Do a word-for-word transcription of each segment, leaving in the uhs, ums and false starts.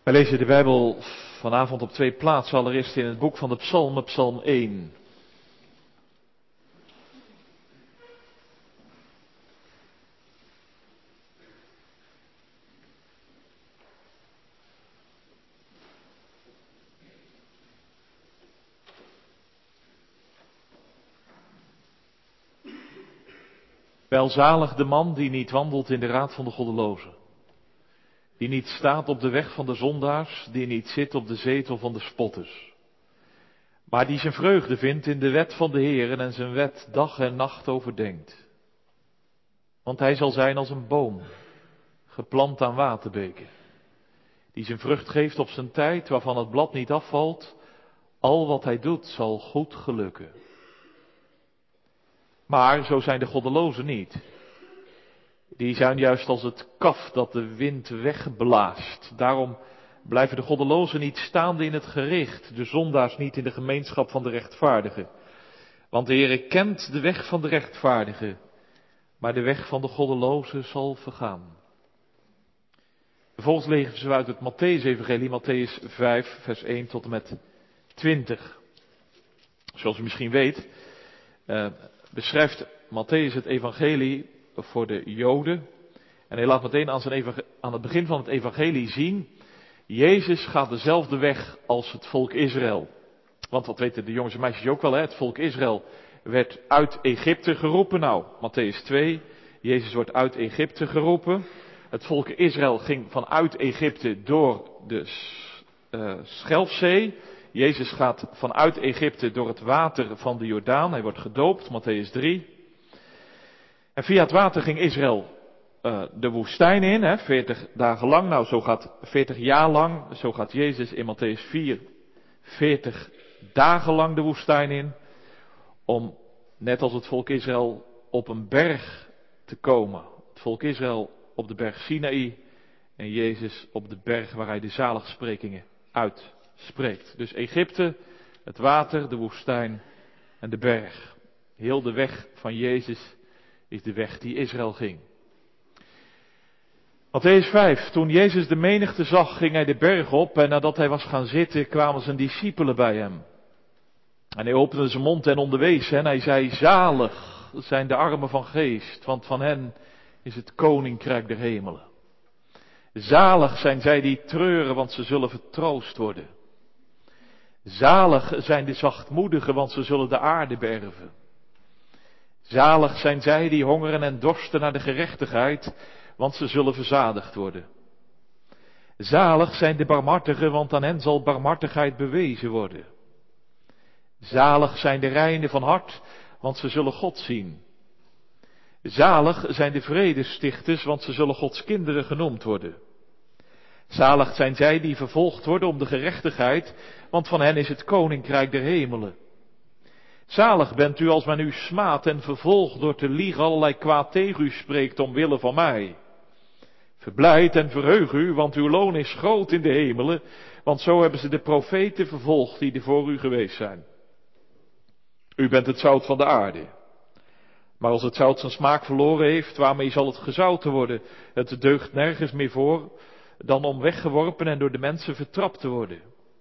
Wij lezen de Bijbel vanavond op twee plaatsen, allereerst in het boek van de Psalmen, Psalm één. Welzalig de man die niet wandelt in de raad van de goddelozen, die niet staat op de weg van de zondaars, die niet zit op de zetel van de spotters, maar die zijn vreugde vindt in de wet van de Heer en zijn wet dag en nacht overdenkt. Want hij zal zijn als een boom, geplant aan waterbeken, die zijn vrucht geeft op zijn tijd, waarvan het blad niet afvalt. Al wat hij doet zal goed gelukken. Maar zo zijn de goddelozen niet. Die zijn juist als het kaf dat de wind wegblaast. Daarom blijven de goddelozen niet staande in het gericht, de zondaars niet in de gemeenschap van de rechtvaardigen. Want de Heere kent de weg van de rechtvaardigen, maar de weg van de goddelozen zal vergaan. Vervolgens lezen we uit het Mattheüs-evangelie, Mattheüs vijf, vers één tot en met twintig. Zoals u misschien weet, uh, beschrijft Mattheüs het evangelie voor de Joden. En hij laat meteen aan, zijn evang- aan het begin van het evangelie zien, Jezus gaat dezelfde weg als het volk Israël. Want dat weten de jongens en meisjes ook wel, hè? Het volk Israël werd uit Egypte geroepen. Nou, Mattheüs twee, Jezus wordt uit Egypte geroepen. Het volk Israël ging vanuit Egypte door de uh, Schelfzee. Jezus gaat vanuit Egypte door het water van de Jordaan. Hij wordt gedoopt, Mattheüs drie. En via het water ging Israël uh, de woestijn in, hè, veertig dagen lang. Nou, zo gaat veertig jaar lang, zo gaat Jezus in Mattheüs vier, veertig dagen lang de woestijn in. Om, net als het volk Israël, op een berg te komen. Het volk Israël op de berg Sinaï en Jezus op de berg waar hij de zaligsprekingen uitspreekt. Dus Egypte, het water, de woestijn en de berg. Heel de weg van Jezus is de weg die Israël ging. Mattheüs vijf, toen Jezus de menigte zag, ging hij de berg op en nadat hij was gaan zitten, kwamen zijn discipelen bij hem. En hij opende zijn mond en onderwees hen. Hij zei, zalig zijn de armen van geest, want van hen is het koninkrijk der hemelen. Zalig zijn zij die treuren, want ze zullen vertroost worden. Zalig zijn de zachtmoedigen, want ze zullen de aarde beërven. Zalig zijn zij die hongeren en dorsten naar de gerechtigheid, want ze zullen verzadigd worden. Zalig zijn de barmhartigen, want aan hen zal barmhartigheid bewezen worden. Zalig zijn de reinen van hart, want ze zullen God zien. Zalig zijn de vredestichters, want ze zullen Gods kinderen genoemd worden. Zalig zijn zij die vervolgd worden om de gerechtigheid, want van hen is het koninkrijk der hemelen. Zalig bent u als men u smaadt en vervolgt door te liegen allerlei kwaad tegen u spreekt omwille van mij. Verblijd en verheug u, want uw loon is groot in de hemelen, want zo hebben ze de profeten vervolgd die er voor u geweest zijn. U bent het zout van de aarde. Maar als het zout zijn smaak verloren heeft, waarmee zal het gezouten worden? Het deugt nergens meer voor dan om weggeworpen en door de mensen vertrapt te worden.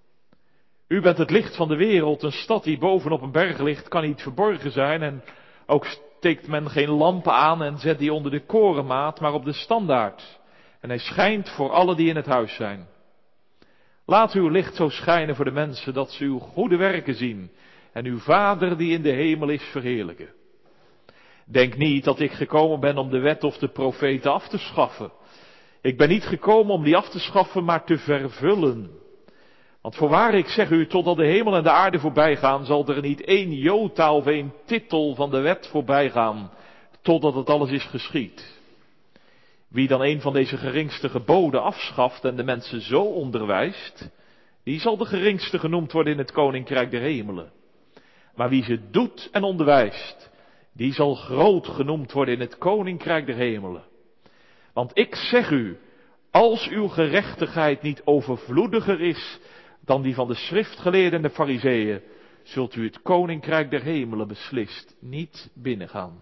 U bent het licht van de wereld, een stad die bovenop een berg ligt, kan niet verborgen zijn en ook steekt men geen lampen aan en zet die onder de korenmaat, maar op de standaard. En hij schijnt voor alle die in het huis zijn. Laat uw licht zo schijnen voor de mensen, dat ze uw goede werken zien en uw Vader die in de hemel is verheerlijken. Denk niet dat ik gekomen ben om de wet of de profeten af te schaffen. Ik ben niet gekomen om die af te schaffen, maar te vervullen. Want voorwaar ik zeg u, totdat de hemel en de aarde voorbij gaan, zal er niet één jota of één titel van de wet voorbij gaan, totdat het alles is geschied. Wie dan een van deze geringste geboden afschaft en de mensen zo onderwijst, die zal de geringste genoemd worden in het koninkrijk der hemelen. Maar wie ze doet en onderwijst, die zal groot genoemd worden in het koninkrijk der hemelen. Want ik zeg u, als uw gerechtigheid niet overvloediger is dan die van de schriftgeleerden en de farizeeën, zult u het koninkrijk der hemelen beslist niet binnengaan.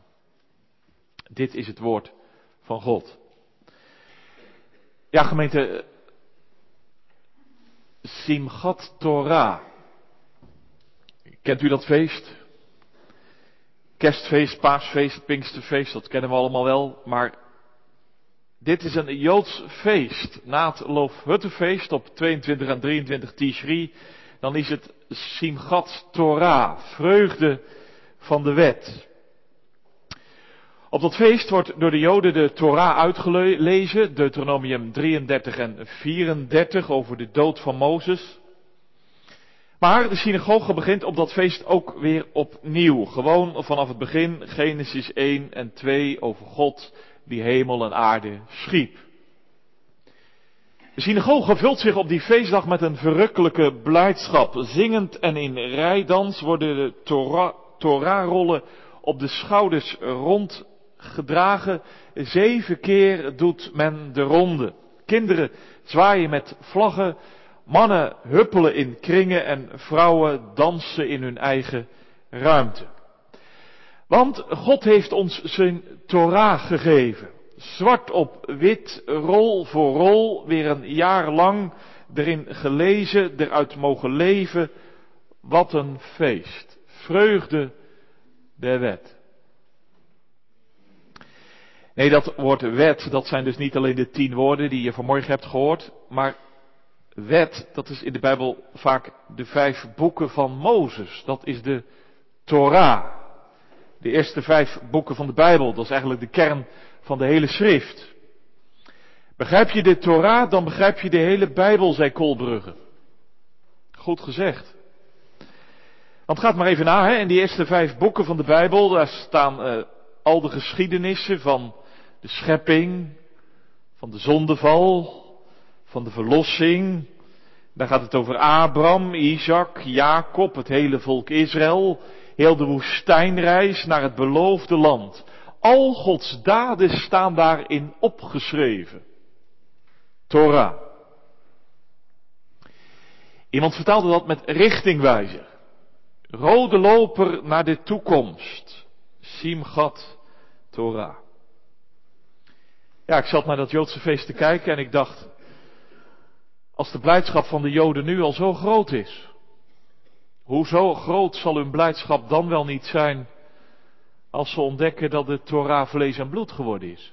Dit is het woord van God. Ja, gemeente, Simchat Torah. Kent u dat feest? Kerstfeest, paasfeest, pinksterfeest, dat kennen we allemaal wel. Maar dit is een Joods feest. Na het Loofhuttenfeest op tweeëntwintig en drieëntwintig Tishri, dan is het Simchat Torah, vreugde van de wet. Op dat feest wordt door de Joden de Torah uitgelezen, Deuteronomium drieëndertig en vierendertig over de dood van Mozes. Maar de synagoge begint op dat feest ook weer opnieuw. Gewoon vanaf het begin, Genesis één en twee over God die hemel en aarde schiep. De synagoge vult zich op die feestdag met een verrukkelijke blijdschap. Zingend en in rijdans worden de Torah, Torah-rollen op de schouders rondgedragen. Zeven keer doet men de ronde. Kinderen zwaaien met vlaggen. Mannen huppelen in kringen en vrouwen dansen in hun eigen ruimte. Want God heeft ons zijn Torah gegeven. Zwart op wit, rol voor rol, weer een jaar lang erin gelezen, eruit mogen leven. Wat een feest. Vreugde der wet. Nee, dat woord wet, dat zijn dus niet alleen de tien woorden die je vanmorgen hebt gehoord, maar wet, dat is in de Bijbel vaak de vijf boeken van Mozes. Dat is de Torah. De eerste vijf boeken van de Bijbel, dat is eigenlijk de kern van de hele schrift. Begrijp je de Torah, dan begrijp je de hele Bijbel, zei Kolbrugge. Goed gezegd. Want gaat maar even na, hè, in die eerste vijf boeken van de Bijbel, daar staan uh, al de geschiedenissen van de schepping, van de zondeval, van de verlossing. Daar gaat het over Abraham, Isaac, Jacob, het hele volk Israël, heel de woestijnreis naar het beloofde land. Al Gods daden staan daarin opgeschreven. Torah. Iemand vertaalde dat met richtingwijzer. Rode loper naar de toekomst. Simchat Torah. Ja, ik zat naar dat Joodse feest te kijken en ik dacht, als de blijdschap van de Joden nu al zo groot is, hoe zo groot zal hun blijdschap dan wel niet zijn als ze ontdekken dat de Torah vlees en bloed geworden is?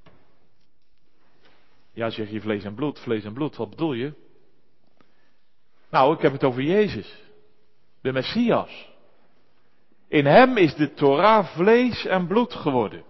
Ja, zeg je vlees en bloed, vlees en bloed, wat bedoel je? Nou, ik heb het over Jezus, de Messias. In hem is de Torah vlees en bloed geworden.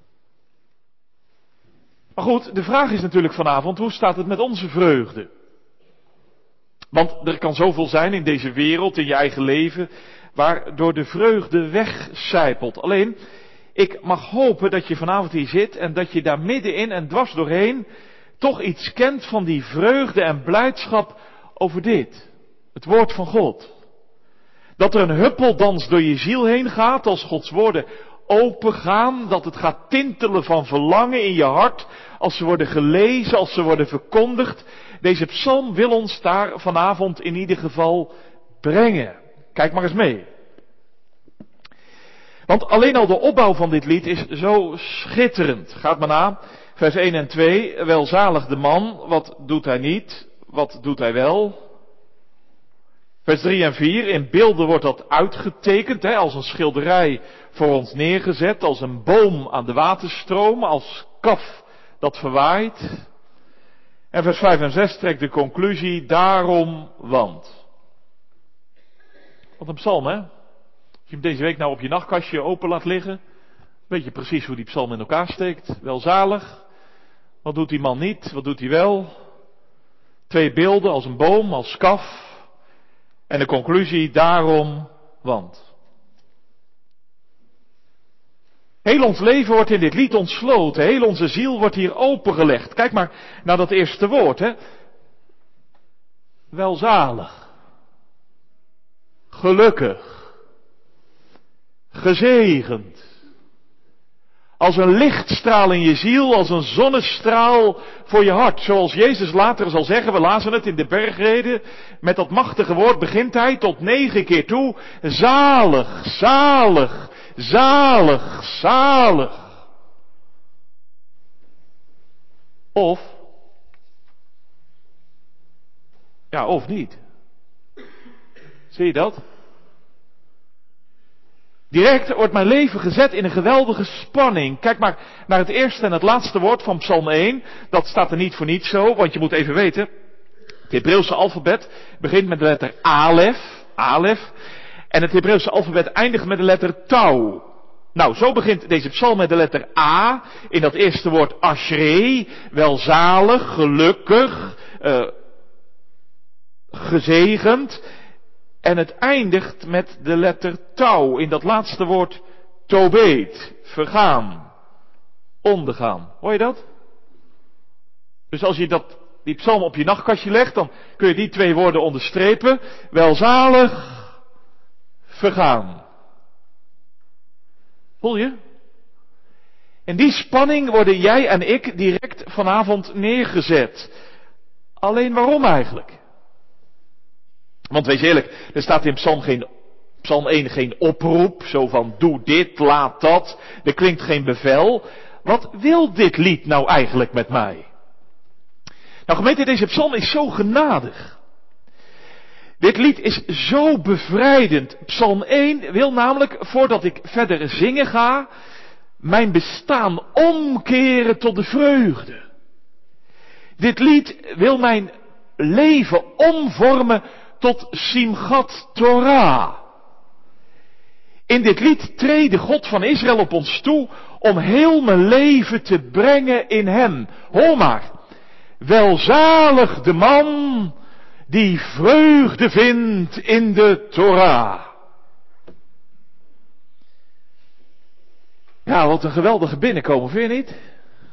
Maar goed, de vraag is natuurlijk vanavond, hoe staat het met onze vreugde? Want er kan zoveel zijn in deze wereld, in je eigen leven, waardoor de vreugde wegcijpelt. Alleen, ik mag hopen dat je vanavond hier zit en dat je daar middenin en dwars doorheen toch iets kent van die vreugde en blijdschap over dit. Het woord van God. Dat er een huppeldans door je ziel heen gaat als Gods woorden opengaan. Dat het gaat tintelen van verlangen in je hart als ze worden gelezen, als ze worden verkondigd. Deze psalm wil ons daar vanavond in ieder geval brengen. Kijk maar eens mee. Want alleen al de opbouw van dit lied is zo schitterend. Gaat maar na. Vers één en twee. Welzalig de man. Wat doet hij niet? Wat doet hij wel? Vers drie en vier. In beelden wordt dat uitgetekend. Hè, als een schilderij voor ons neergezet. Als een boom aan de waterstroom. Als kaf dat verwaait. En vers vijf en zes trekt de conclusie. Daarom want. Wat een psalm, hè? Als je hem deze week nou op je nachtkastje open laat liggen, weet je precies hoe die psalm in elkaar steekt. Welzalig. Wat doet die man niet? Wat doet hij wel? Twee beelden, als een boom, als kaf. En de conclusie, daarom, want. Heel ons leven wordt in dit lied ontsloten. Heel onze ziel wordt hier opengelegd. Kijk maar naar dat eerste woord, hè. Welzalig. Gelukkig. Gezegend. Als een lichtstraal in je ziel, als een zonnestraal voor je hart. Zoals Jezus later zal zeggen, we lazen het in de bergreden. Met dat machtige woord begint hij tot negen keer toe. Zalig, zalig, zalig, zalig. Of, Ja, of niet? Zie je dat? Direct wordt mijn leven gezet in een geweldige spanning. Kijk maar naar het eerste en het laatste woord van Psalm één. Dat staat er niet voor niets zo, want je moet even weten. Het Hebreeuwse alfabet begint met de letter Alef. Alef. En het Hebreeuwse alfabet eindigt met de letter Tau. Nou, zo begint deze psalm met de letter A. In dat eerste woord Ashrei. Welzalig, gelukkig, uh, gezegend. En het eindigt met de letter Tau. In dat laatste woord Tobet. Vergaan. Ondergaan. Hoor je dat? Dus als je dat, die psalm op je nachtkastje legt, dan kun je die twee woorden onderstrepen. Welzalig, vergaan. Voel je? In die spanning worden jij en ik direct vanavond neergezet. Alleen waarom eigenlijk? Want wees eerlijk, er staat in Psalm, geen, Psalm één geen oproep, zo van doe dit, laat dat. Er klinkt geen bevel. Wat wil dit lied nou eigenlijk met mij? Nou gemeente, deze psalm is zo genadig. Dit lied is zo bevrijdend. Psalm één wil namelijk, voordat ik verder zingen ga, mijn bestaan omkeren tot de vreugde. Dit lied wil mijn leven omvormen tot Simchat Torah. In dit lied treedt de God van Israël op ons toe om heel mijn leven te brengen in hem. Hoor maar. Welzalig de man die vreugde vindt in de Torah. Ja, wat een geweldige binnenkomen, vind je niet?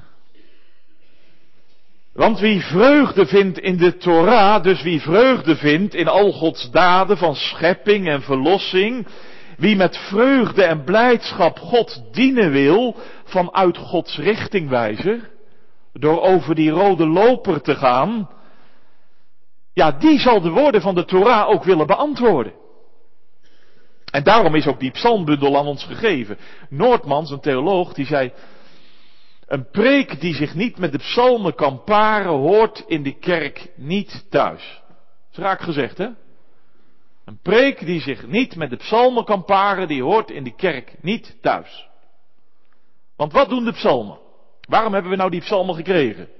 Want wie vreugde vindt in de Torah, dus wie vreugde vindt in al Gods daden van schepping en verlossing, wie met vreugde en blijdschap God dienen wil, vanuit Gods richtingwijzer, door over die rode loper te gaan, ja, die zal de woorden van de Torah ook willen beantwoorden. En daarom is ook die psalmbundel aan ons gegeven. Noordmans, een theoloog, die zei, een preek die zich niet met de psalmen kan paren, hoort in de kerk niet thuis. Dat is raak gezegd, hè? Een preek die zich niet met de psalmen kan paren, die hoort in de kerk niet thuis. Want wat doen de psalmen? Waarom hebben we nou die psalmen gekregen?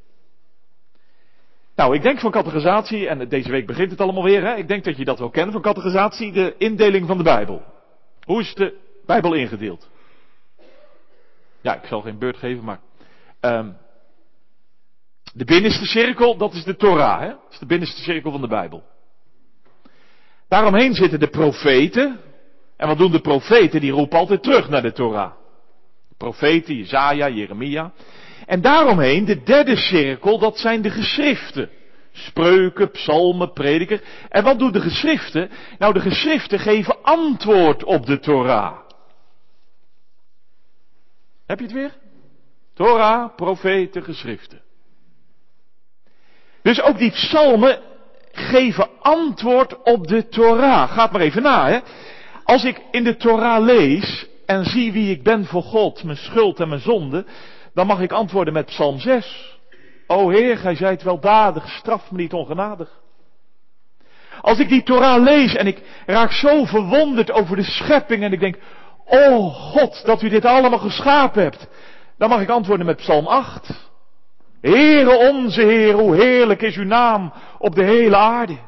Nou, ik denk van catechisatie, en deze week begint het allemaal weer, hè? Ik denk dat je dat wel kent van catechisatie, de indeling van de Bijbel. Hoe is de Bijbel ingedeeld? Ja, ik zal geen beurt geven, maar um, de binnenste cirkel, dat is de Torah, hè? Dat is de binnenste cirkel van de Bijbel. Daaromheen zitten de profeten. En wat doen de profeten? Die roepen altijd terug naar de Torah. De profeten, Jesaja, Jeremia. En daaromheen, de derde cirkel, dat zijn de geschriften. Spreuken, psalmen, prediker. En wat doen de geschriften? Nou, de geschriften geven antwoord op de Torah. Heb je het weer? Torah, profeten, geschriften. Dus ook die psalmen geven antwoord op de Torah. Gaat maar even na, hè. Als ik in de Torah lees en zie wie ik ben voor God, mijn schuld en mijn zonde, dan mag ik antwoorden met Psalm zes. O Heer, gij zijt weldadig, straf me niet ongenadig. Als ik die Torah lees en ik raak zo verwonderd over de schepping en ik denk, o God, dat u dit allemaal geschapen hebt, dan mag ik antwoorden met Psalm acht. Heere onze Heer, hoe heerlijk is uw naam op de hele aarde.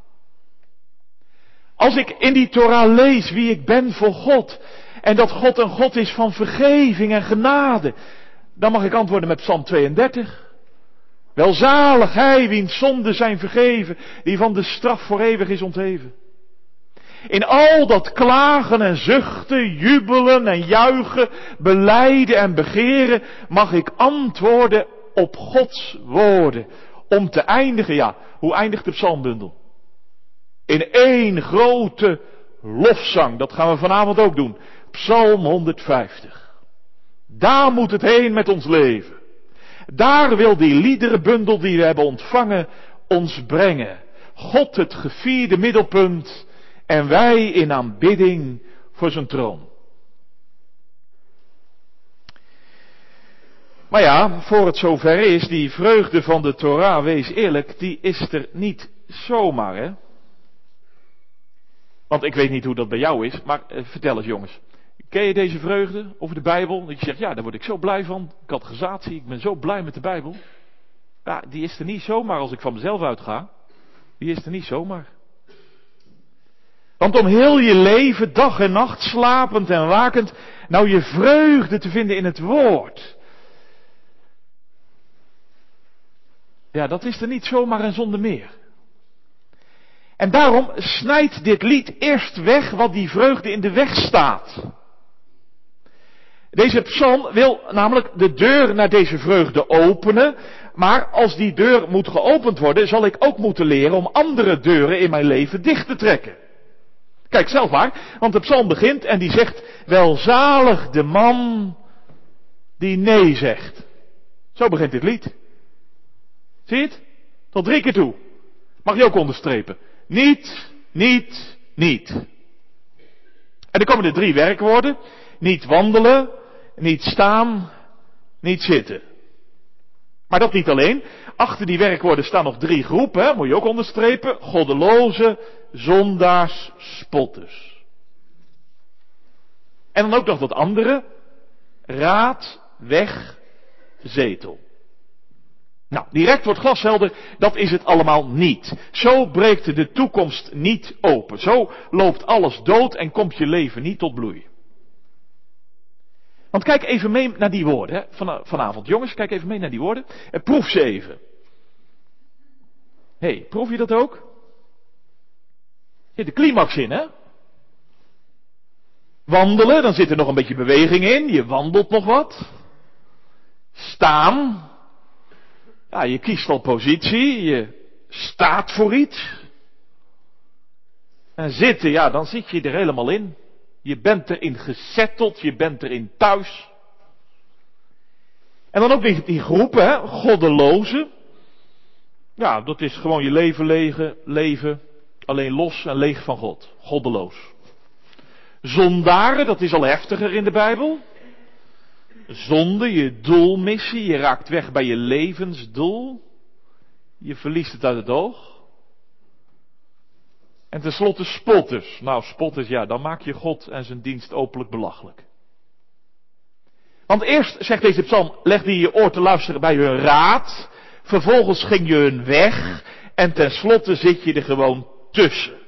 Als ik in die Torah lees wie ik ben voor God, en dat God een God is van vergeving en genade, dan mag ik antwoorden met Psalm tweeëndertig. Welzalig hij wiens zonden zijn vergeven, die van de straf voor eeuwig is ontheven. In al dat klagen en zuchten, jubelen en juichen, belijden en begeren, mag ik antwoorden op Gods woorden. Om te eindigen, ja, hoe eindigt de psalmbundel? In één grote lofzang, dat gaan we vanavond ook doen. Psalm honderdvijftig. Daar moet het heen met ons leven. Daar wil die liederenbundel die we hebben ontvangen ons brengen. God het gevierde middelpunt en wij in aanbidding voor zijn troon. Maar ja, voor het zover is, die vreugde van de Torah, wees eerlijk, die is er niet zomaar, hè. Want ik weet niet hoe dat bij jou is, maar eh, vertel eens jongens. Ken je deze vreugde over de Bijbel? Dat je zegt, ja, daar word ik zo blij van. Catechisatie, ik ben zo blij met de Bijbel. Ja, die is er niet zomaar als ik van mezelf uitga. Die is er niet zomaar. Want om heel je leven, dag en nacht, slapend en wakend, nou je vreugde te vinden in het woord. Ja, dat is er niet zomaar en zonder meer. En daarom snijdt dit lied eerst weg wat die vreugde in de weg staat. Deze psalm wil namelijk de deur naar deze vreugde openen, maar als die deur moet geopend worden, zal ik ook moeten leren om andere deuren in mijn leven dicht te trekken. Kijk zelf maar, want de psalm begint en die zegt, welzalig de man die nee zegt. Zo begint dit lied. Zie je het? Tot drie keer toe. Mag je ook onderstrepen. Niet, niet, niet. En er komen er drie werkwoorden. Niet wandelen, niet staan, niet zitten. Maar dat niet alleen. Achter die werkwoorden staan nog drie groepen, hè? Moet je ook onderstrepen. Goddelozen, zondaars, spotters. En dan ook nog wat andere. Raad, weg, zetel. Nou, direct wordt glashelder, dat is het allemaal niet. Zo breekt de toekomst niet open. Zo loopt alles dood en komt je leven niet tot bloei. Want kijk even mee naar die woorden, hè, van, vanavond. Jongens, kijk even mee naar die woorden. En proef ze even. Hé, hey, proef je dat ook? Er zit de climax in, hè? Wandelen, dan zit er nog een beetje beweging in. Je wandelt nog wat. Staan. Ja, je kiest al positie. Je staat voor iets. En zitten, ja, dan zit je er helemaal in. Je bent erin gezetteld, je bent erin thuis. En dan ook die, die groepen, hè, goddelozen. Ja, dat is gewoon je leven lege, leven, alleen los en leeg van God. Goddeloos. Zondaren, dat is al heftiger in de Bijbel. Zonde, je doel missen, je raakt weg bij je levensdoel. Je verliest het uit het oog. En tenslotte spotters. Nou, spotters, ja, dan maak je God en zijn dienst openlijk belachelijk. Want eerst, zegt deze psalm, legde je je oor te luisteren bij hun raad. Vervolgens ging je hun weg. En tenslotte zit je er gewoon tussen.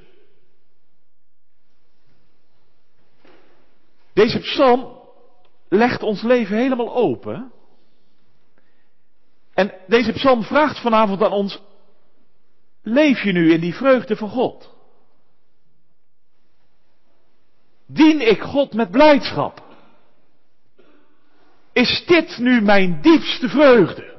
Deze psalm legt ons leven helemaal open. En deze psalm vraagt vanavond aan ons, leef je nu in die vreugde van God? Dien ik God met blijdschap? Is dit nu mijn diepste vreugde?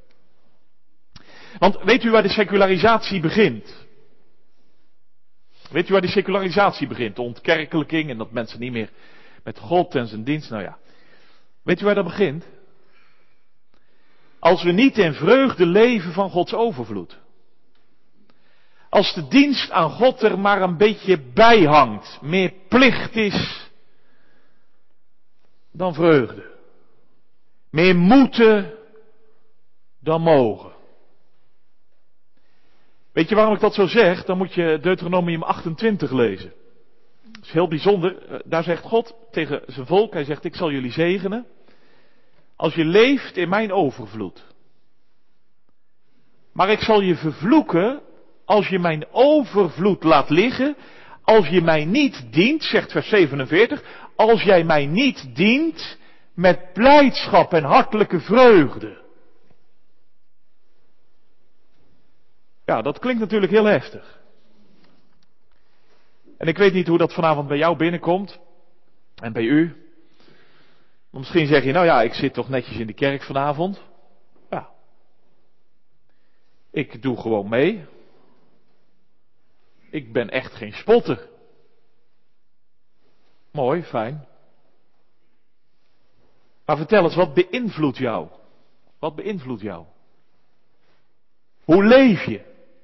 Want weet u waar de secularisatie begint? Weet u waar die secularisatie begint? De ontkerkelijking en dat mensen niet meer met God en zijn dienst, nou ja. Weet u waar dat begint? Als we niet in vreugde leven van Gods overvloed. Als de dienst aan God er maar een beetje bij hangt. Meer plicht is dan vreugde. Meer moeten dan mogen. Weet je waarom ik dat zo zeg? Dan moet je Deuteronomium achtentwintig lezen. Dat is heel bijzonder. Daar zegt God tegen zijn volk, hij zegt, ik zal jullie zegenen. Als je leeft in mijn overvloed. Maar ik zal je vervloeken als je mijn overvloed laat liggen. Als je mij niet dient, zegt vers zevenenveertig. Als jij mij niet dient met blijdschap en hartelijke vreugde. Ja, dat klinkt natuurlijk heel heftig. En ik weet niet hoe dat vanavond bij jou binnenkomt. En bij u. Maar misschien zeg je, nou ja, ik zit toch netjes in de kerk vanavond. Ja. Ik doe gewoon mee. Ik ben echt geen spotter. Mooi, fijn. Maar vertel eens, wat beïnvloedt jou? Wat beïnvloedt jou? Hoe leef je?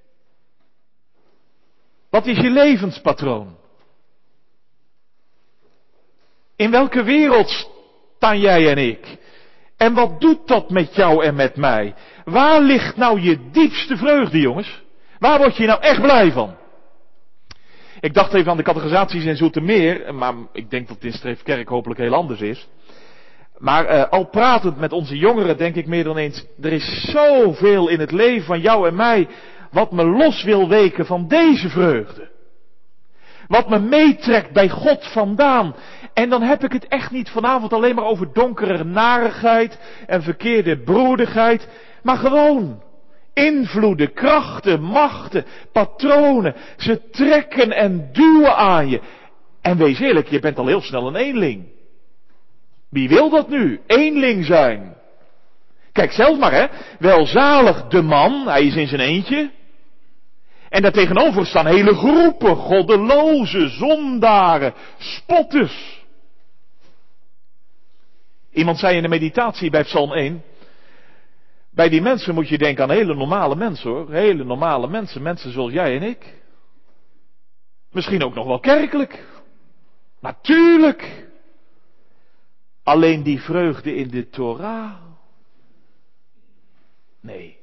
Wat is je levenspatroon? In welke wereld staan jij en ik? En wat doet dat met jou en met mij? Waar ligt nou je diepste vreugde, jongens? Waar word je nou echt blij van? Ik dacht even aan de catechisaties in Zoetermeer, maar ik denk dat het in Streefkerk hopelijk heel anders is. Maar uh, al pratend met onze jongeren denk ik meer dan eens, er is zoveel in het leven van jou en mij wat me los wil weken van deze vreugde. Wat me meetrekt bij God vandaan. En dan heb ik het echt niet vanavond alleen maar over donkere narigheid en verkeerde broederigheid, maar gewoon invloeden, krachten, machten, patronen. Ze trekken en duwen aan je. En wees eerlijk, je bent al heel snel een eenling. Wie wil dat nu? Eenling zijn. Kijk zelf maar, hè. Welzalig de man, hij is in zijn eentje. En daartegenover staan hele groepen, goddeloze, zondaren, spotters. Iemand zei in de meditatie bij Psalm één, bij die mensen moet je denken aan hele normale mensen hoor, hele normale mensen, mensen zoals jij en ik. Misschien ook nog wel kerkelijk. Natuurlijk. Alleen die vreugde in de Torah. Nee.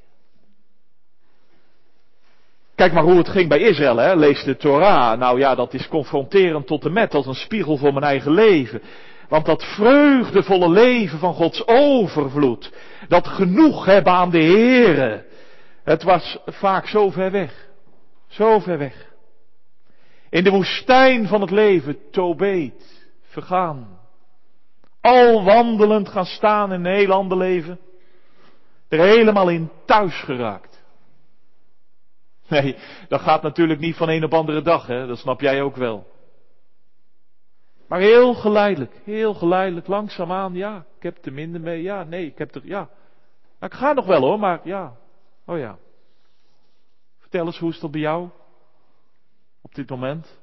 Kijk maar hoe het ging bij Israël, hè. Lees de Torah. Nou ja, dat is confronterend tot en met, als een spiegel voor mijn eigen leven. Want dat vreugdevolle leven van Gods overvloed, dat genoeg hebben aan de Here, het was vaak zo ver weg. Zo ver weg. In de woestijn van het leven, tobeet, vergaan. Al wandelend gaan staan in een heel ander leven. Er helemaal in thuis geraakt. Nee, dat gaat natuurlijk niet van een op andere dag, hè? Dat snap jij ook wel. Maar heel geleidelijk, heel geleidelijk, langzaamaan, ja, ik heb er minder mee, ja, nee, ik heb er, ja. Nou, ik ga nog wel hoor, maar ja, oh ja. Vertel eens, hoe is dat bij jou? Op dit moment?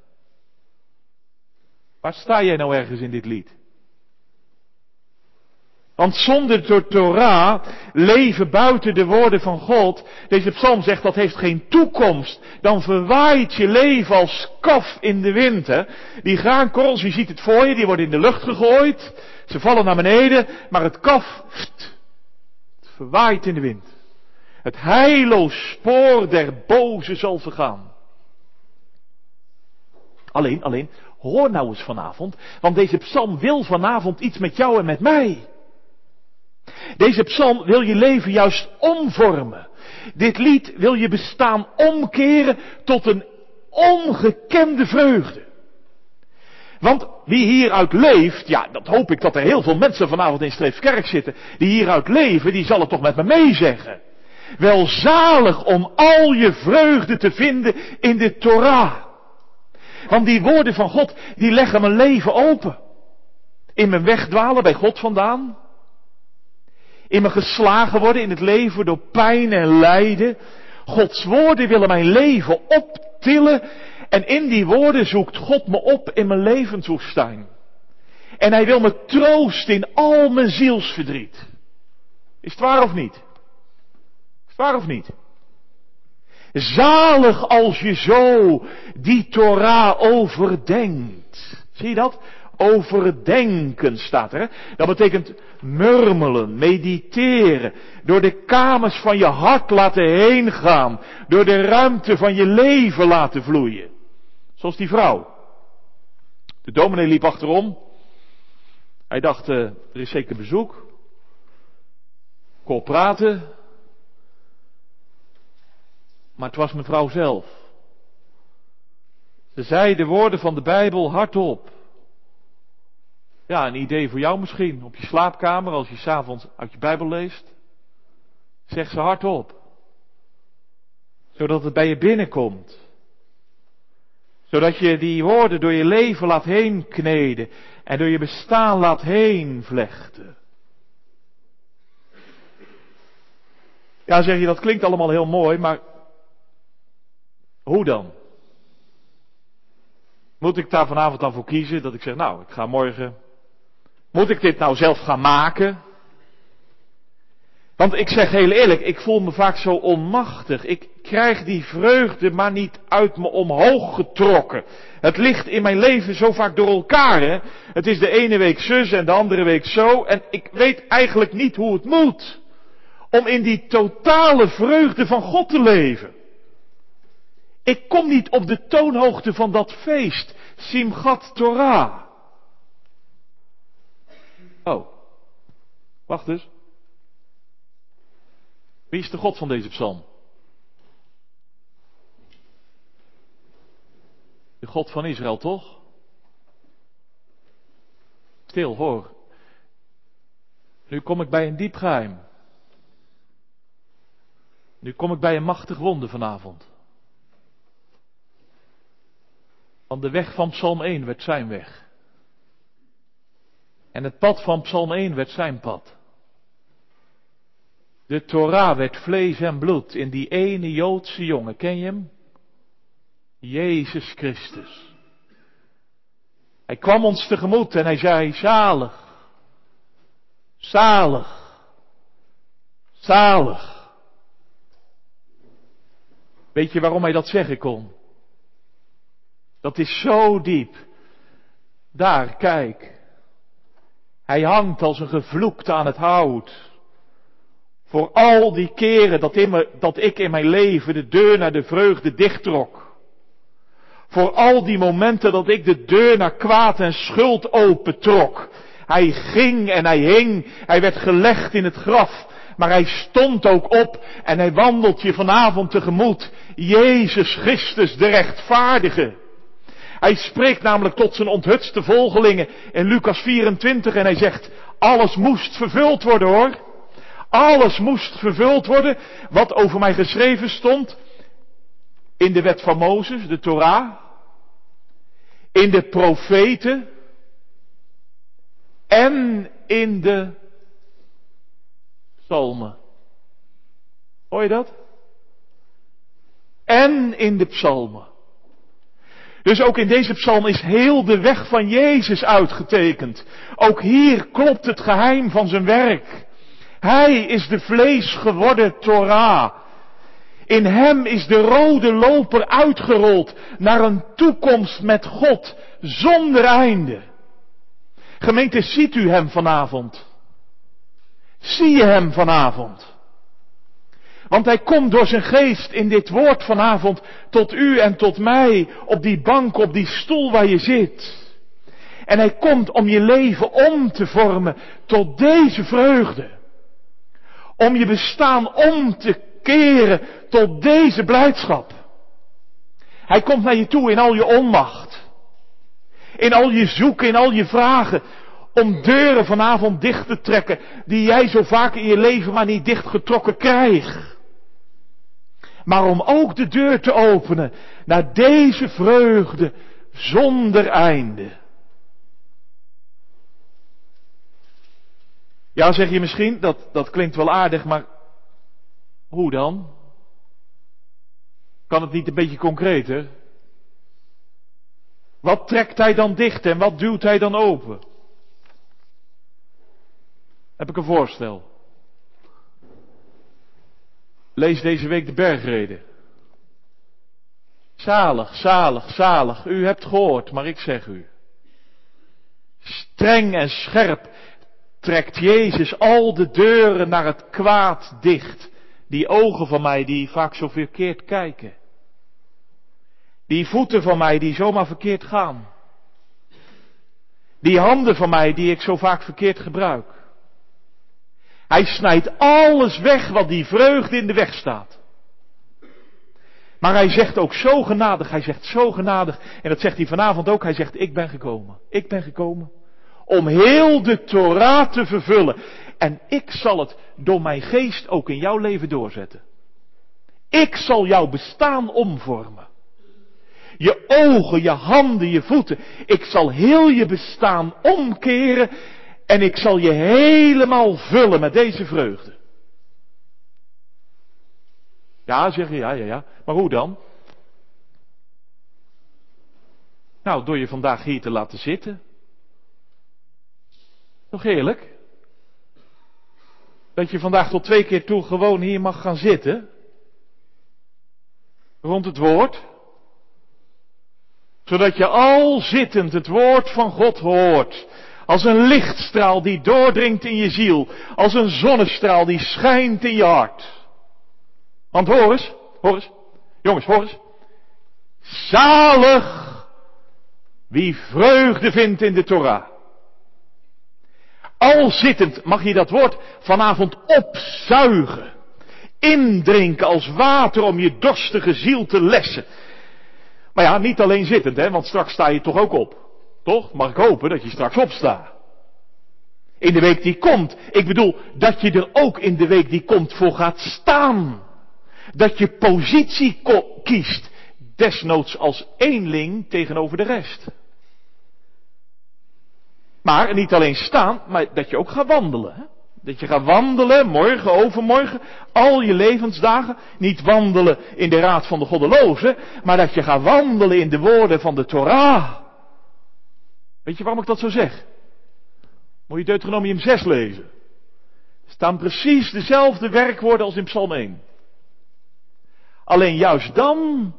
Waar sta jij nou ergens in dit lied? Want zonder de Torah, leven buiten de woorden van God, deze psalm zegt dat heeft geen toekomst. Dan verwaait je leven als kaf in de wind. Hè? Die graankorrels, je ziet het voor je, die worden in de lucht gegooid. Ze vallen naar beneden, maar het kaf, pft, het verwaait in de wind. Het heilloos spoor der boze zal vergaan. Alleen, alleen, hoor nou eens vanavond, want deze psalm wil vanavond iets met jou en met mij. Deze psalm wil je leven juist omvormen. Dit lied wil je bestaan omkeren tot een ongekende vreugde. Want wie hieruit leeft, ja, dat hoop ik dat er heel veel mensen vanavond in Streefkerk zitten, die hieruit leven, die zal het toch met me meezeggen. Welzalig om al je vreugde te vinden in de Torah. Want die woorden van God, die leggen mijn leven open. In mijn wegdwalen bij God vandaan. In mijn geslagen worden in het leven door pijn en lijden. Gods woorden willen mijn leven optillen. En in die woorden zoekt God me op in mijn levenswoestijn. En hij wil me troosten in al mijn zielsverdriet. Is het waar of niet? Is het waar of niet? Zalig als je zo die Torah overdenkt. Zie je dat? Overdenken staat er. Hè? Dat betekent murmelen, mediteren. Door de kamers van je hart laten heen gaan. Door de ruimte van je leven laten vloeien. Zoals die vrouw. De dominee liep achterom. Hij dacht, uh, er is zeker bezoek. Ik kon praten. Maar het was mevrouw zelf. Ze zei de woorden van de Bijbel hardop. Ja, een idee voor jou misschien. Op je slaapkamer, als je 's avonds uit je Bijbel leest. Zeg ze hardop. Zodat het bij je binnenkomt. Zodat je die woorden door je leven laat heen kneden. En door je bestaan laat heen vlechten. Ja, zeg je, dat klinkt allemaal heel mooi, maar hoe dan? Moet ik daar vanavond dan voor kiezen? Dat ik zeg, nou, ik ga morgen. Moet ik dit nou zelf gaan maken? Want ik zeg heel eerlijk, ik voel me vaak zo onmachtig. Ik krijg die vreugde maar niet uit me omhoog getrokken. Het ligt in mijn leven zo vaak door elkaar. Hè? Het is de ene week zus en de andere week zo. En ik weet eigenlijk niet hoe het moet. Om in die totale vreugde van God te leven. Ik kom niet op de toonhoogte van dat feest. Simchat Torah. Oh, wacht eens. Wie is de God van deze psalm? De God van Israël, toch? Stil, hoor. Nu kom ik bij een diep geheim. Nu kom ik bij een machtig wonder vanavond. Want de weg van psalm één werd zijn weg. En het pad van psalm één werd zijn pad. De Torah werd vlees en bloed in die ene Joodse jongen. Ken je hem? Jezus Christus. Hij kwam ons tegemoet en hij zei, zalig, zalig, zalig. Weet je waarom hij dat zeggen kon? Dat is zo diep. Daar, kijk. Hij hangt als een gevloekte aan het hout. Voor al die keren dat, in me, dat ik in mijn leven de deur naar de vreugde dichttrok. Voor al die momenten dat ik de deur naar kwaad en schuld opentrok. Hij ging en hij hing, hij werd gelegd in het graf. Maar hij stond ook op en hij wandelt je vanavond tegemoet. Jezus Christus, de rechtvaardige. Hij spreekt namelijk tot zijn onthutste volgelingen in Lucas vierentwintig en hij zegt, alles moest vervuld worden hoor. Alles moest vervuld worden wat over mij geschreven stond in de wet van Mozes, de Torah, in de profeten en in de psalmen. Hoor je dat? En in de psalmen. Dus ook in deze psalm is heel de weg van Jezus uitgetekend. Ook hier klopt het geheim van zijn werk. Hij is de vlees geworden Torah. In hem is de rode loper uitgerold naar een toekomst met God zonder einde. Gemeente, ziet u hem vanavond? Zie je hem vanavond? Want hij komt door zijn geest in dit woord vanavond tot u en tot mij op die bank, op die stoel waar je zit. En hij komt om je leven om te vormen tot deze vreugde. Om je bestaan om te keren tot deze blijdschap. Hij komt naar je toe in al je onmacht. In al je zoeken, in al je vragen. Om deuren vanavond dicht te trekken die jij zo vaak in je leven maar niet dichtgetrokken krijgt. Maar om ook de deur te openen naar deze vreugde zonder einde. Ja, zeg je misschien, dat, dat klinkt wel aardig, maar hoe dan? Kan het niet een beetje concreter? Wat trekt hij dan dicht en wat duwt hij dan open? Heb ik een voorstel. Lees deze week de bergreden. Zalig, zalig, zalig. U hebt gehoord, maar ik zeg u. Streng en scherp trekt Jezus al de deuren naar het kwaad dicht. Die ogen van mij die vaak zo verkeerd kijken. Die voeten van mij die zomaar verkeerd gaan. Die handen van mij die ik zo vaak verkeerd gebruik. Hij snijdt alles weg wat die vreugde in de weg staat. Maar hij zegt ook zo genadig, hij zegt zo genadig, en dat zegt hij vanavond ook, hij zegt ik ben gekomen, ik ben gekomen om heel de Torah te vervullen. En ik zal het door mijn geest ook in jouw leven doorzetten. Ik zal jouw bestaan omvormen. Je ogen, je handen, je voeten. Ik zal heel je bestaan omkeren. En ik zal je helemaal vullen met deze vreugde. Ja, zeg je, ja, ja, ja. Maar hoe dan? Nou, door je vandaag hier te laten zitten. Toch eerlijk? dat je vandaag tot twee keer toe gewoon hier mag gaan zitten. Rond het woord. Zodat je al zittend het woord van God hoort. Als een lichtstraal die doordringt in je ziel. Als een zonnestraal die schijnt in je hart. Want hoor eens, hoor eens, jongens, hoor eens. Zalig wie vreugde vindt in de Torah. Al zittend mag je dat woord vanavond opzuigen. Indrinken als water om je dorstige ziel te lessen. Maar ja, niet alleen zittend, hè, want straks sta je toch ook op. Toch? Mag ik hopen dat je straks opstaat. In de week die komt. Ik bedoel, dat je er ook in de week die komt voor gaat staan. Dat je positie ko- kiest. Desnoods als eenling tegenover de rest. Maar niet alleen staan, maar dat je ook gaat wandelen. Hè? Dat je gaat wandelen, morgen, overmorgen, al je levensdagen. Niet wandelen in de raad van de goddelozen, maar dat je gaat wandelen in de woorden van de Torah. Weet je waarom ik dat zo zeg? Moet je Deuteronomium zes lezen. Er staan precies dezelfde werkwoorden als in Psalm één. Alleen juist dan,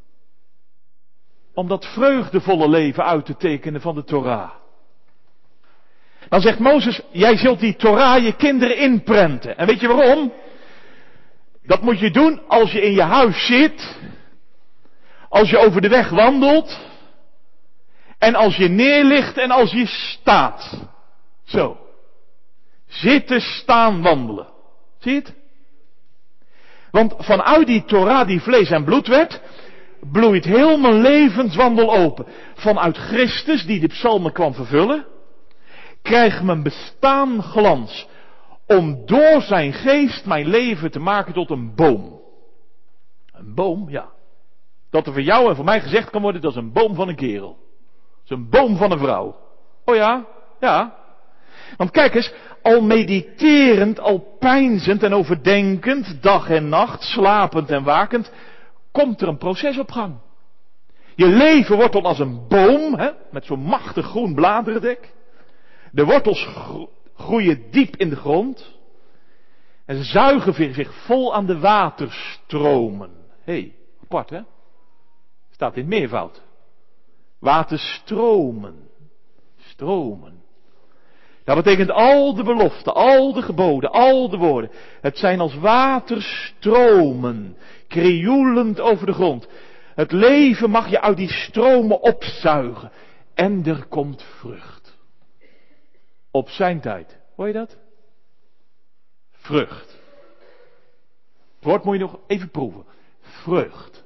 om dat vreugdevolle leven uit te tekenen van de Torah. Dan zegt Mozes, jij zult die Torah je kinderen inprenten. En weet je waarom? Dat moet je doen als je in je huis zit. Als je over de weg wandelt. En als je neerligt en als je staat. Zo. Zitten, staan, wandelen. Zie je het? Want vanuit die Torah die vlees en bloed werd, bloeit heel mijn levenswandel open. Vanuit Christus die de psalmen kwam vervullen, krijgt mijn bestaan glans. Om door zijn geest mijn leven te maken tot een boom. Een boom, ja. Dat er voor jou en voor mij gezegd kan worden, dat is een boom van een kerel. Dat is een boom van een vrouw. Oh ja, ja. Want kijk eens, al mediterend, al peinzend en overdenkend, dag en nacht, slapend en wakend, komt er een proces op gang. Je leven wordt dan als een boom, hè, met zo'n machtig groen bladerdek. De wortels gro- groeien diep in de grond. En ze zuigen zich vol aan de waterstromen. Hé, hey, apart hè? Staat in meervoud. Waterstromen. Stromen. Dat betekent al de beloften, al de geboden, al de woorden. Het zijn als waterstromen, krioelend over de grond. Het leven mag je uit die stromen opzuigen. En er komt vrucht. Op zijn tijd. Hoor je dat? Vrucht. Het woord moet je nog even proeven. Vrucht.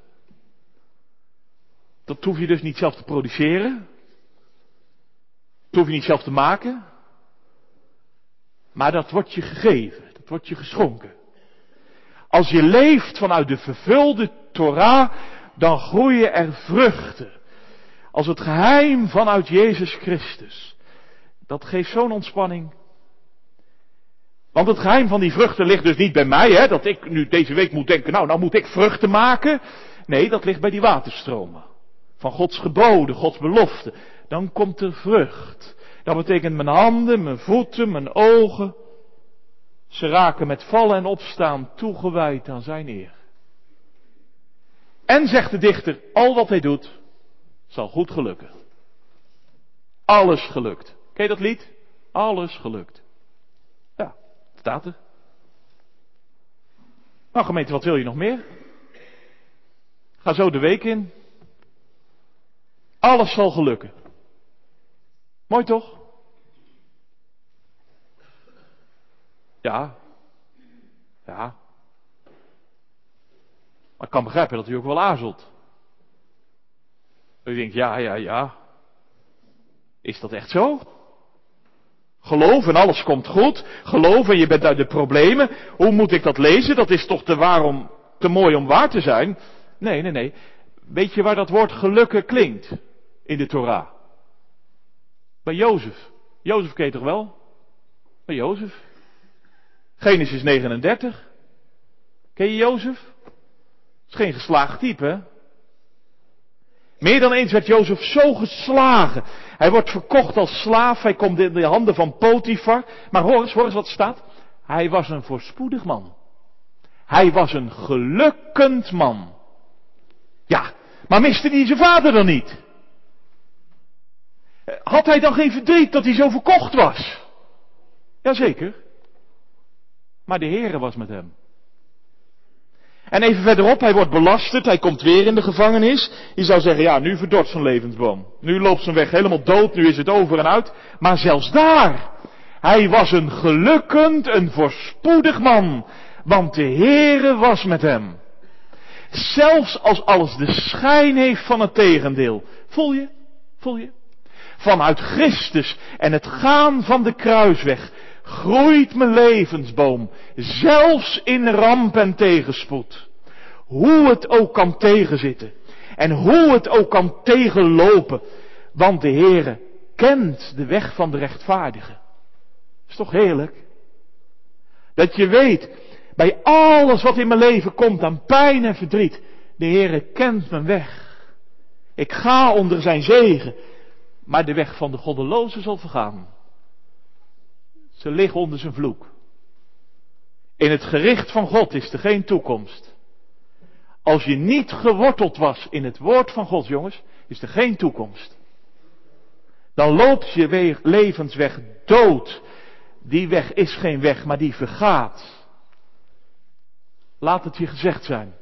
Dat hoef je dus niet zelf te produceren. Dat hoef je niet zelf te maken. Maar dat wordt je gegeven. Dat wordt je geschonken. Als je leeft vanuit de vervulde Torah, dan groeien er vruchten. Als het geheim vanuit Jezus Christus. Dat geeft zo'n ontspanning. Want het geheim van die vruchten ligt dus niet bij mij, hè, dat ik nu deze week moet denken, nou, nou moet ik vruchten maken. Nee, dat ligt bij die waterstromen. Van Gods geboden, Gods beloften. Dan komt er vrucht. Dat betekent mijn handen, mijn voeten, mijn ogen. Ze raken met vallen en opstaan toegewijd aan zijn eer. En zegt de dichter, al wat hij doet, zal goed gelukken. Alles gelukt. Ken je dat lied? Alles gelukt. Ja, het staat er. Nou gemeente, wat wil je nog meer? Ga zo de week in. Alles zal gelukken. Mooi toch? Ja. Ja. Maar ik kan begrijpen dat u ook wel aarzelt. U denkt, ja, ja, ja. Is dat echt zo? Geloof en alles komt goed. Geloof en je bent uit de problemen. Hoe moet ik dat lezen? Dat is toch te, waarom, te mooi om waar te zijn? Nee, nee, nee. Weet je waar dat woord gelukken klinkt? In de Torah. Bij Jozef. Jozef ken je toch wel? Bij Jozef. Genesis negenendertig. Ken je Jozef? Is geen geslaagd type, hè? Meer dan eens werd Jozef zo geslagen. Hij wordt verkocht als slaaf. Hij komt in de handen van Potifar. Maar hoor eens, hoor eens wat er staat. Hij was een voorspoedig man. Hij was een gelukkend man. Ja, maar miste hij zijn vader dan niet? Had hij dan geen verdriet dat hij zo verkocht was? Jazeker. Maar de Heere was met hem. En even verderop, hij wordt belasterd, hij komt weer in de gevangenis. Je zou zeggen, ja, nu verdort zijn levensboom. Nu loopt zijn weg helemaal dood, nu is het over en uit. Maar zelfs daar, hij was een gelukkend, een voorspoedig man. Want de Heere was met hem. Zelfs als alles de schijn heeft van het tegendeel. Voel je? Voel je? Vanuit Christus en het gaan van de kruisweg groeit mijn levensboom, zelfs in ramp en tegenspoed. Hoe het ook kan tegenzitten en hoe het ook kan tegenlopen, want de Heere kent de weg van de rechtvaardige. Is toch heerlijk? Dat je weet, bij alles wat in mijn leven komt aan pijn en verdriet, de Heere kent mijn weg. Ik ga onder zijn zegen, maar de weg van de goddeloze zal vergaan. Ze liggen onder zijn vloek. In het gericht van God is er geen toekomst. Als je niet geworteld was in het woord van God, jongens, is er geen toekomst. Dan loopt je levensweg dood. Die weg is geen weg, maar die vergaat. Laat het je gezegd zijn.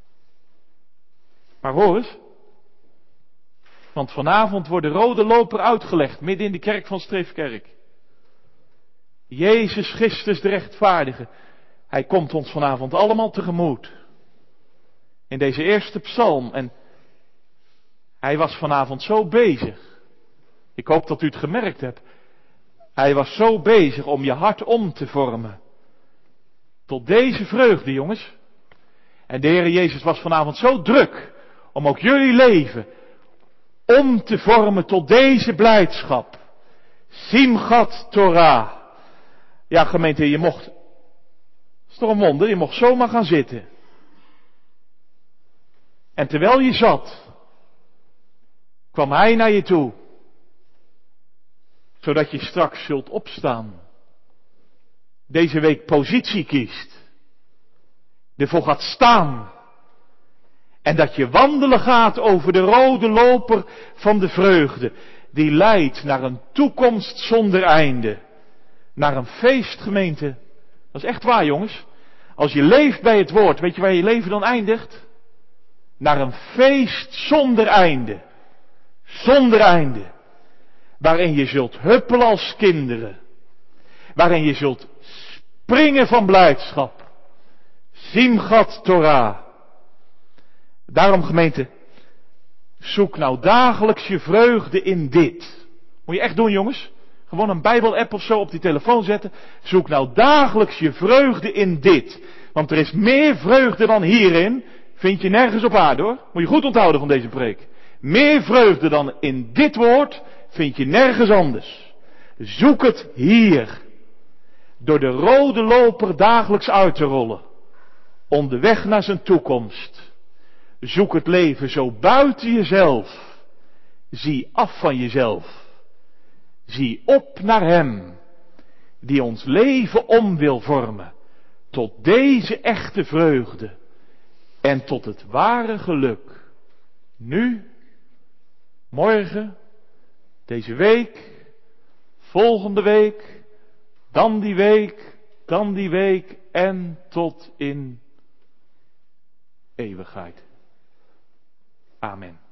Maar hoor eens. Want vanavond wordt de rode loper uitgelegd, midden in de kerk van Streefkerk. Jezus Christus de rechtvaardige. Hij komt ons vanavond allemaal tegemoet. In deze eerste psalm. En hij was vanavond zo bezig. Ik hoop dat u het gemerkt hebt. Hij was zo bezig om je hart om te vormen. Tot deze vreugde, jongens. En de Heer Jezus was vanavond zo druk om ook jullie leven om te vormen tot deze blijdschap. Simchat Torah. Ja, gemeente, je mocht, het is toch een wonder, je mocht zomaar gaan zitten. En terwijl je zat, kwam hij naar je toe. Zodat je straks zult opstaan. Deze week positie kiest. Ervoor gaat staan. En dat je wandelen gaat over de rode loper van de vreugde. Die leidt naar een toekomst zonder einde. Naar een feestgemeente. Dat is echt waar, jongens. Als je leeft bij het woord, weet je waar je leven dan eindigt? Naar een feest zonder einde. Zonder einde. Waarin je zult huppelen als kinderen. Waarin je zult springen van blijdschap. Simchat Torah. Daarom, gemeente, zoek nou dagelijks je vreugde in dit. Moet je echt doen, jongens. Gewoon een Bijbel-app of zo op die telefoon zetten. Zoek nou dagelijks je vreugde in dit. Want er is meer vreugde dan hierin. Vind je nergens op aarde, hoor. Moet je goed onthouden van deze preek. Meer vreugde dan in dit woord vind je nergens anders. Zoek het hier. Door de rode loper dagelijks uit te rollen. Onderweg naar zijn toekomst. Zoek het leven zo buiten jezelf. Zie af van jezelf. Zie op naar hem. Die ons leven om wil vormen. Tot deze echte vreugde. En tot het ware geluk. Nu. Morgen. Deze week. Volgende week. Dan die week. Dan die week. En tot in eeuwigheid. Amen.